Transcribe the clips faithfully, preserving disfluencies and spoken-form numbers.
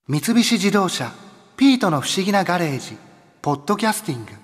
三菱自動車ピートの不思議なガレージポッドキャスティング。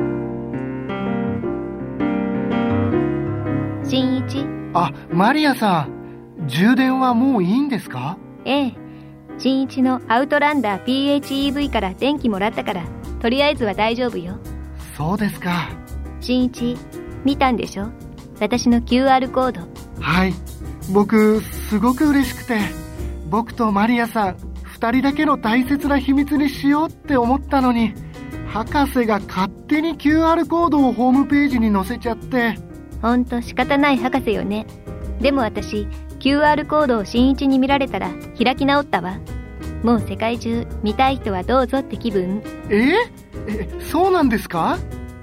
新一。 あ、マリアさん、充電はもういいんですか？ ええ、新一のアウトランダー ピーエイチイーブイ から電気もらったから、とりあえずは大丈夫よ。 そうですか。 新一、見たんでしょ？私の キューアール コード。 はい、僕すごく嬉しくて、僕とマリアさん二人だけの大切な秘密にしようって思ったのに、博士が勝手に キューアール コードをホームページに載せちゃって。 ほんと仕方ない博士よね。でも私 キューアール コードを新一に見られたら開き直ったわ。もう世界中見たい人はどうぞって気分。 ええ、そうなんですか？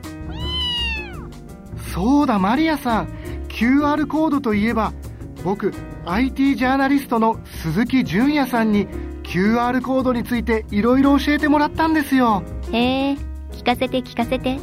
そうだマリアさん、 キューアール コードといえば、僕 アイティー ジャーナリストの鈴木純也さんに キューアール コードについていろいろ教えてもらったんですよ。 へえ、聞かせて聞かせて。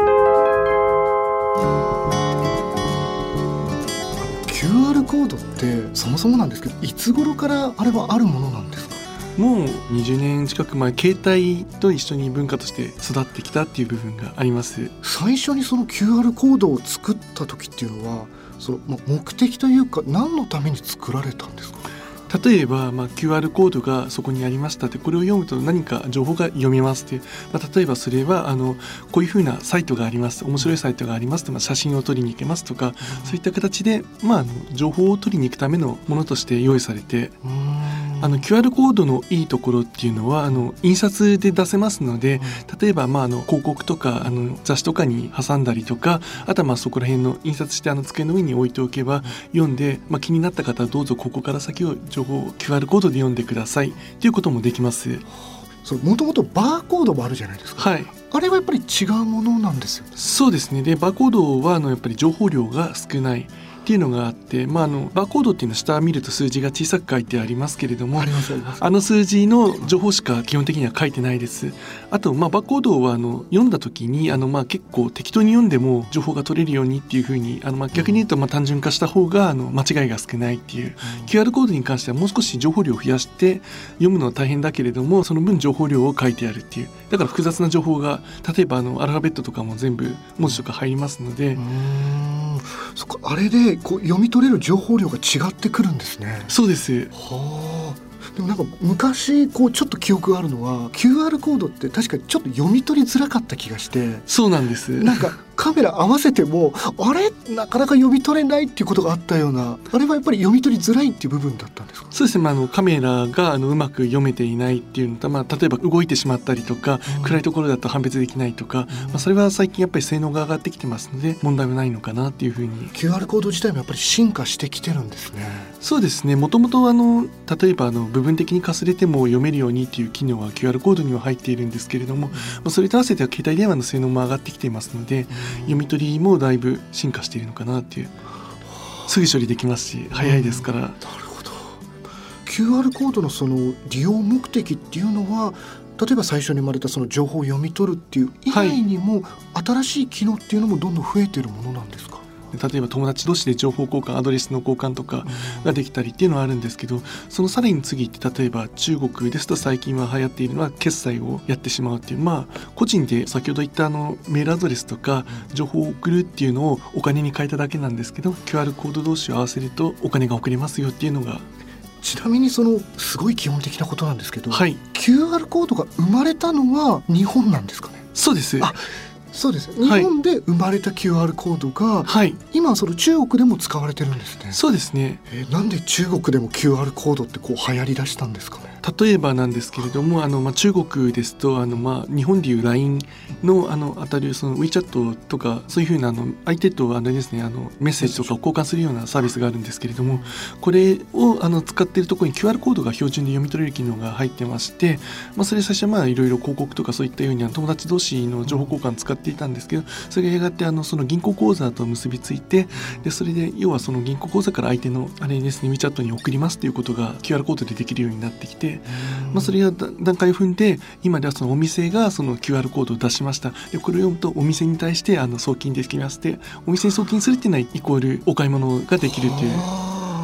キューアール コードってそもそもなんですけど、いつ頃からあれはあるものなんですか？ もうにじゅうねん近く前、携帯と一緒に文化として育ってきたっていう部分があります。 最初にその キューアール コードを作った時っていうのは、その、ま、目的というか何のために作られたんですか？ 例えば、まあ、キューアール コードがそこにありましたって、これを読むと何か情報が読めますっていう、まあ、例えばそれはあのこういうふうなサイトがあります、面白いサイトがありますと、まあ、写真を撮りに行けますとか、そういった形で、まあ、あの情報を取りに行くためのものとして用意されて、 うーんあの キューアール コードのいいところっていうのは、あの印刷で出せますので、例えば、まあ、あの広告とかあの雑誌とかに挟んだりとか、あとはまあそこら辺の印刷してあの机の上に置いておけば、読んで、まあ、気になった方はどうぞここから先を情報を キューアール コードで読んでくださいということもできます。 もともとバーコードもあるじゃないですか。 はい、 あれはやっぱり違うものなんですよね。 そうですね。でバーコードはあのやっぱり情報量が少ないっていうのがあって、まあ、あのバーコードっていうのは下を見ると数字が小さく書いてありますけれども、 ありますあります。 あの数字の情報しか基本的には書いてないです。あと、まあ、バーコードはあの読んだ時にあの、まあ、結構適当に読んでも情報が取れるようにっていうふうに、あの、まあ、逆に言うとまあ単純化した方があの間違いが少ないっていう、うん、キューアール コードに関してはもう少し情報量を増やして読むのは大変だけれども、その分情報量を書いてあるっていう、だから複雑な情報が、例えばあのアルファベットとかも全部文字とか入りますので、 うーん、そっか、あれでこう読み取れる情報量が違ってくるんですね。 そうです。 はあ。でもなんか昔こうちょっと記憶があるのは、 キューアール コードって確かにちょっと読み取りづらかった気がして。 そうなんです。 なんかカメラ合わせてもあれなかなか読み取れないっていうことがあったような、あれはやっぱり読み取りづらいっていう部分だったんですか？ そうですね、まあ、あのカメラがあのうまく読めていないっていうのと、まあ、例えば動いてしまったりとか、うん、暗いところだと判別できないとか、うん、まあ、それは最近やっぱり性能が上がってきてますので問題はないのかなっていうふうに。 キューアール コード自体もやっぱり進化してきてるんですね。 そうですね。もともとあの例えばあの部分的にかすれても読めるようにっていう機能は キューアール コードには入っているんですけれども、うん、まあ、それと合わせて携帯電話の性能も上がってきていますので、うん、読み取りもだいぶ進化しているのかなっていう。すぐ処理できますし早いですから、うん、なるほど。 キューアール コードのその利用目的っていうのは、例えば最初に生まれたその情報を読み取るっていう以外にも、はい、新しい機能っていうのもどんどん増えているものなんですか？ 例えば友達同士で情報交換、アドレスの交換とかができたりっていうのはあるんですけど、そのさらに次って、例えば中国ですと最近は流行っているのは決済をやってしまうっていう、まあ個人で先ほど言ったあのメールアドレスとか情報を送るっていうのをお金に変えただけなんですけど、 キューアール コード同士を合わせるとお金が送れますよっていうのが。 ちなみにそのすごい基本的なことなんですけど、 はい、 キューアール コードが生まれたのは日本なんですかね？ そうです。 あ、そうです。日本で生まれた キューアール コードが、はい、今その中国でも使われてるんですね。 そうですね。 えー、なんで中国でも キューアール コードってこう流行りだしたんですかね？ 例えばなんですけれども、あの、まあ、中国ですとあの、まあ、日本でいう ライン の, あの当たるその WeChat とかそういうふうなあの相手とあれですね、あのメッセージとかを交換するようなサービスがあるんですけれども、これをあの使っているところに キューアール コードが標準で読み取れる機能が入ってまして、まあ、それ最初はまあいろいろ広告とかそういったように友達同士の情報交換使っていたんですけど、それがやがてあのその銀行口座と結びついて、でそれで要はその銀行口座から相手のあれですね WeChat に送りますということが キューアール コードでできるようになってきて、まあ、それが段階を踏んで今ではそのお店がその キューアール コードを出しました。でこれを読むとお店に対してあの送金できまして、お店に送金するっていうのはイコールお買い物ができるという。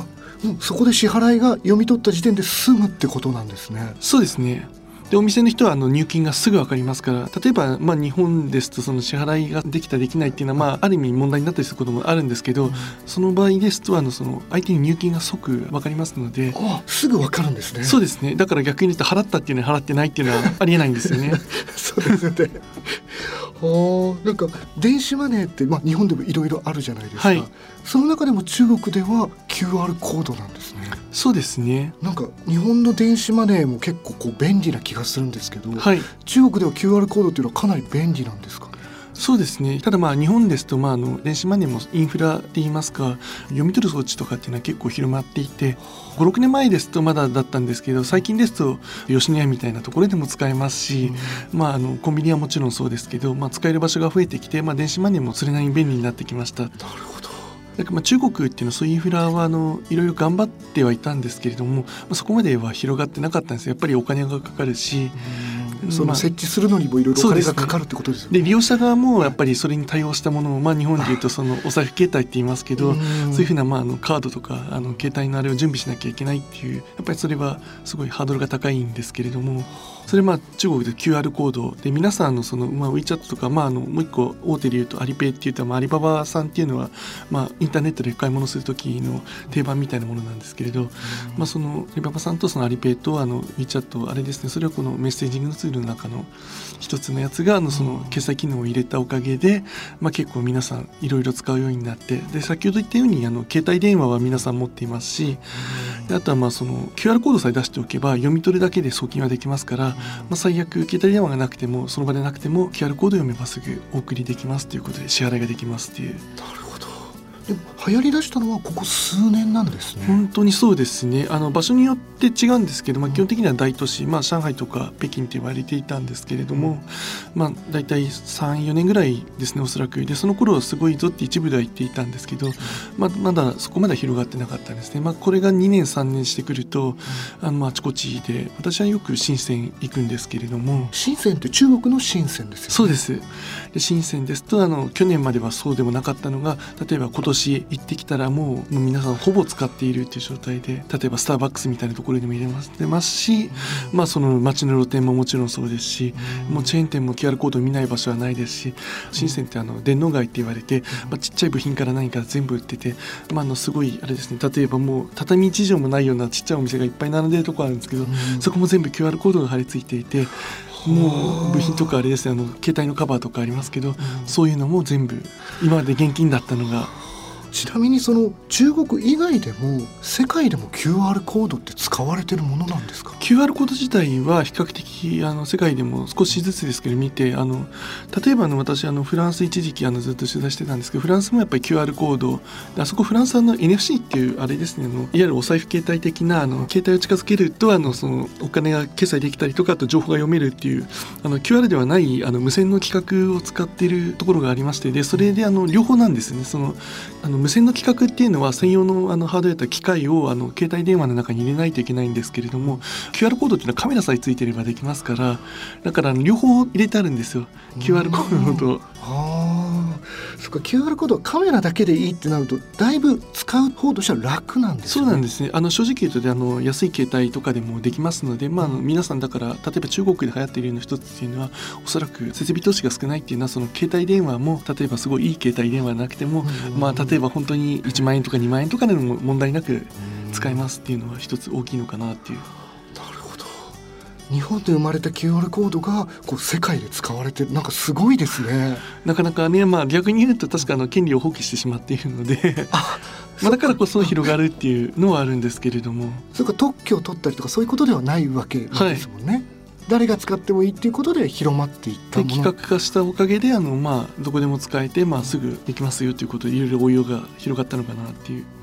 もうそこで支払いが読み取った時点で済むってことなんですね。 そうですね。でお店の人はあの入金がすぐ分かりますから、例えばまあ日本ですとその支払いができたできないっていうのはまあある意味問題になったりすることもあるんですけど、うん、その場合ですとあのその相手に入金が即分かりますので、 あすぐ分かるんですね。 そうですね。だから逆に言うと払ったっていうのは払ってないっていうのはありえないんですよね。 そうですよね。はあ、なんか電子マネーって、まあ、日本でもいろいろあるじゃないですか、はい、その中でも中国では キューアール コードなんですね。 そうですね。 なんか日本の電子マネーも結構こう便利な気がするんですけど、 はい、 中国では キューアール コードっていうのはかなり便利なんですかね。 そうですね。ただまあ日本ですとまああの電子マネーもインフラって言いますか、読み取る装置とかっていうのは結構広まっていて、ごろくねんまえですとまだだったんですけど、最近ですと吉野家みたいなところでも使えますし、うん、まああのコンビニはもちろんそうですけど、まあ、使える場所が増えてきて、まあ、電子マネーもそれなりに便利になってきました。 なるほど。 だからまあ中国っていうのはそういうインフラはあのいろいろ頑張ってはいたんですけれども、まあ、そこまでは広がってなかったんですよ。やっぱりお金がかかるし、 うん、その設置するのにもいろいろお金がかかるってことですよね。 で利用者側もやっぱりそれに対応したものを、まあ、日本でいうとそのお財布携帯って言いますけど、うんそういうふうなまああのカードとかあの携帯のあれを準備しなきゃいけないっていう、やっぱりそれはすごいハードルが高いんですけれども、それまあ中国で キューアール コードで皆さんのそのまあ WeChat とか、まあ、あのもう一個大手でいうとアリペイっていうと、まあ、アリババさんっていうのはまあインターネットで買い物する時の定番みたいなものなんですけれど、まあ、そのアリババさんとそのアリペイとあの WeChat あれですね、それをこのメッセージングツールの中の一つのやつがあのその決済機能を入れたおかげで、まあ、結構皆さんいろいろ使うようになって、で先ほど言ったようにあの携帯電話は皆さん持っていますし、であとはまあその キューアール コードさえ出しておけば読み取るだけで送金はできますから、まあ、最悪携帯電話がなくてもその場でなくても キューアール コード読めばすぐお送りできますということで支払いができますっていう。 なるほど。でも流行りだしたのはここ数年なんですね。 本当にそうですね。あの場所によって違うんですけど、まあ、基本的には大都市、まあ、上海とか北京って言われていたんですけれども、まあ、大体 さん,よ 年ぐらいですねおそらく。でその頃すごいぞって一部では言っていたんですけど、まあ、まだそこまで広がってなかったんですね。まあ、これがにねんさんねんしてくるとあのまああちこちで、私はよく深セン行くんですけれども。 深センって中国の深センですよね。 そうです。で深センですとあの去年まではそうでもなかったのが、例えば今年行ってきたらもう、もう皆さんほぼ使っているという状態で、例えばスターバックスみたいなところにも入れます出ますし、まあ、その街の露店ももちろんそうですし、もうチェーン店も キューアール コードを見ない場所はないですし、深センってあの電脳街って言われて、まあ、ちっちゃい部品から何から全部売ってて、まあ、あのすごいあれですね、例えばもう畳一畳もないようなちっちゃいお店がいっぱい並んでるところあるんですけど、そこも全部 キューアール コードが貼り付いていて、もう部品とかあれですね、あの携帯のカバーとかありますけど、そういうのも全部今まで現金だったのが。 ちなみにその中国以外でも世界でも キューアール コードって使われてるものなんですか？ キューアール コード自体は比較的あの世界でも少しずつですけど見て、あの例えばあの私あのフランス一時期あのずっと取材してたんですけど、フランスもやっぱり キューアール コード、あそこフランスの エヌエフシー っていうあれですね、あのいわゆるお財布携帯的なあの携帯を近づけるとあのそのお金が決済できたりとか、あと情報が読めるっていうあの キューアール ではないあの無線の規格を使っているところがありまして、でそれであの両方なんですね。そのあの無線の規格っていうのは専用のあのハードウェアと機械をあの携帯電話の中に入れないといけないんですけれども、 キューアール コードっていうのはカメラさえついてればできますから、だから両方入れてあるんですよ、 キューアール コード。 ああ、そっか。 キューアール コードはカメラだけでいいってなるとだいぶ使う方としては楽なんですよね。 そうなんですね。あの正直言うとであの安い携帯とかでもできますので、まあ、あの皆さんだから例えば中国で流行っているような一つっていうのは、おそらく設備投資が少ないっていうのは、その携帯電話も例えばすごいいい携帯電話なくても、まあ、例えば本当にいちまんえんとかにまんえんとかでも問題なく使えますっていうのは一つ大きいのかなっていう。 なるほど。日本で生まれた キューアール コードがこう世界で使われてる、なんかすごいですね。 なかなかね、まあ、逆に言うと確かあの権利を放棄してしまっているのであまあだからこそ広がるっていうのはあるんですけれども、 それから特許を取ったりとかそういうことではないわけなんですもんね、はい。誰が使ってもいいっていうことで広まっていったもの。 企画化したおかげであの、まあ、どこでも使えて、まあ、すぐできますよということでいろいろ応用が広がったのかなっていう。うーん、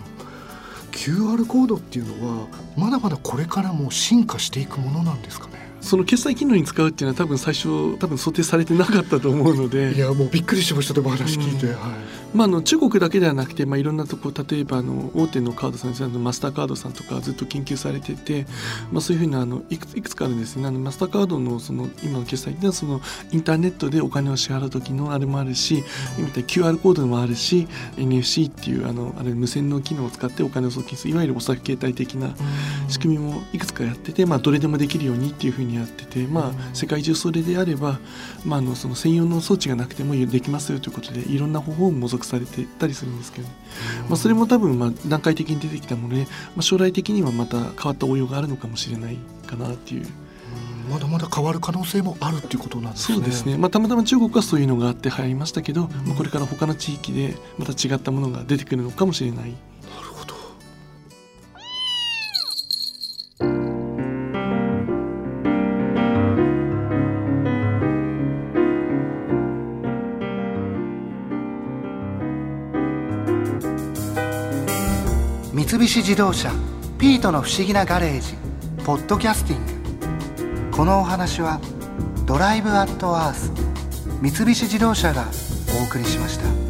キューアール コードっていうのはまだまだこれからも進化していくものなんですかね？ その決済機能に使うっていうのは多分最初多分想定されてなかったと思うので、 いやもうびっくりしました。でも話聞いて、うん、はい。 まあ、あの中国だけではなくて、まあ、いろんなとこ例えばあの大手のカードさんですね、マスターカードさんとかずっと研究されてて、まあ、そういうふうなあのいくついくつかあるんですね。あのマスターカードのその今の決済っていうのはそのインターネットでお金を支払う時のあれもあるし、今みたいに キューアール コードもあるし、 エヌエフシー っていうあのあれ無線の機能を使ってお金を送金するいわゆるお先携帯的な仕組みもいくつかやってて、まあ、どれでもできるようにっていうふうにやってて、まあ、世界中それであれば、まあ、あのその専用の装置がなくてもできますよということでいろんな方法を模索されてたりするんですけど、ね、まあ、それも多分まあ段階的に出てきたもので、まあ、将来的にはまた変わった応用があるのかもしれないかなっていう。 まだまだ変わる可能性もあるっていうことなんですね。 そうですね、まあ、たまたま中国はそういうのがあって流行りましたけど、まあ、これから他の地域でまた違ったものが出てくるのかもしれない。 なるほど。 三菱自動車ピートの不思議なガレージポッドキャスティング。このお話はドライブアットアース三菱自動車がお送りしました。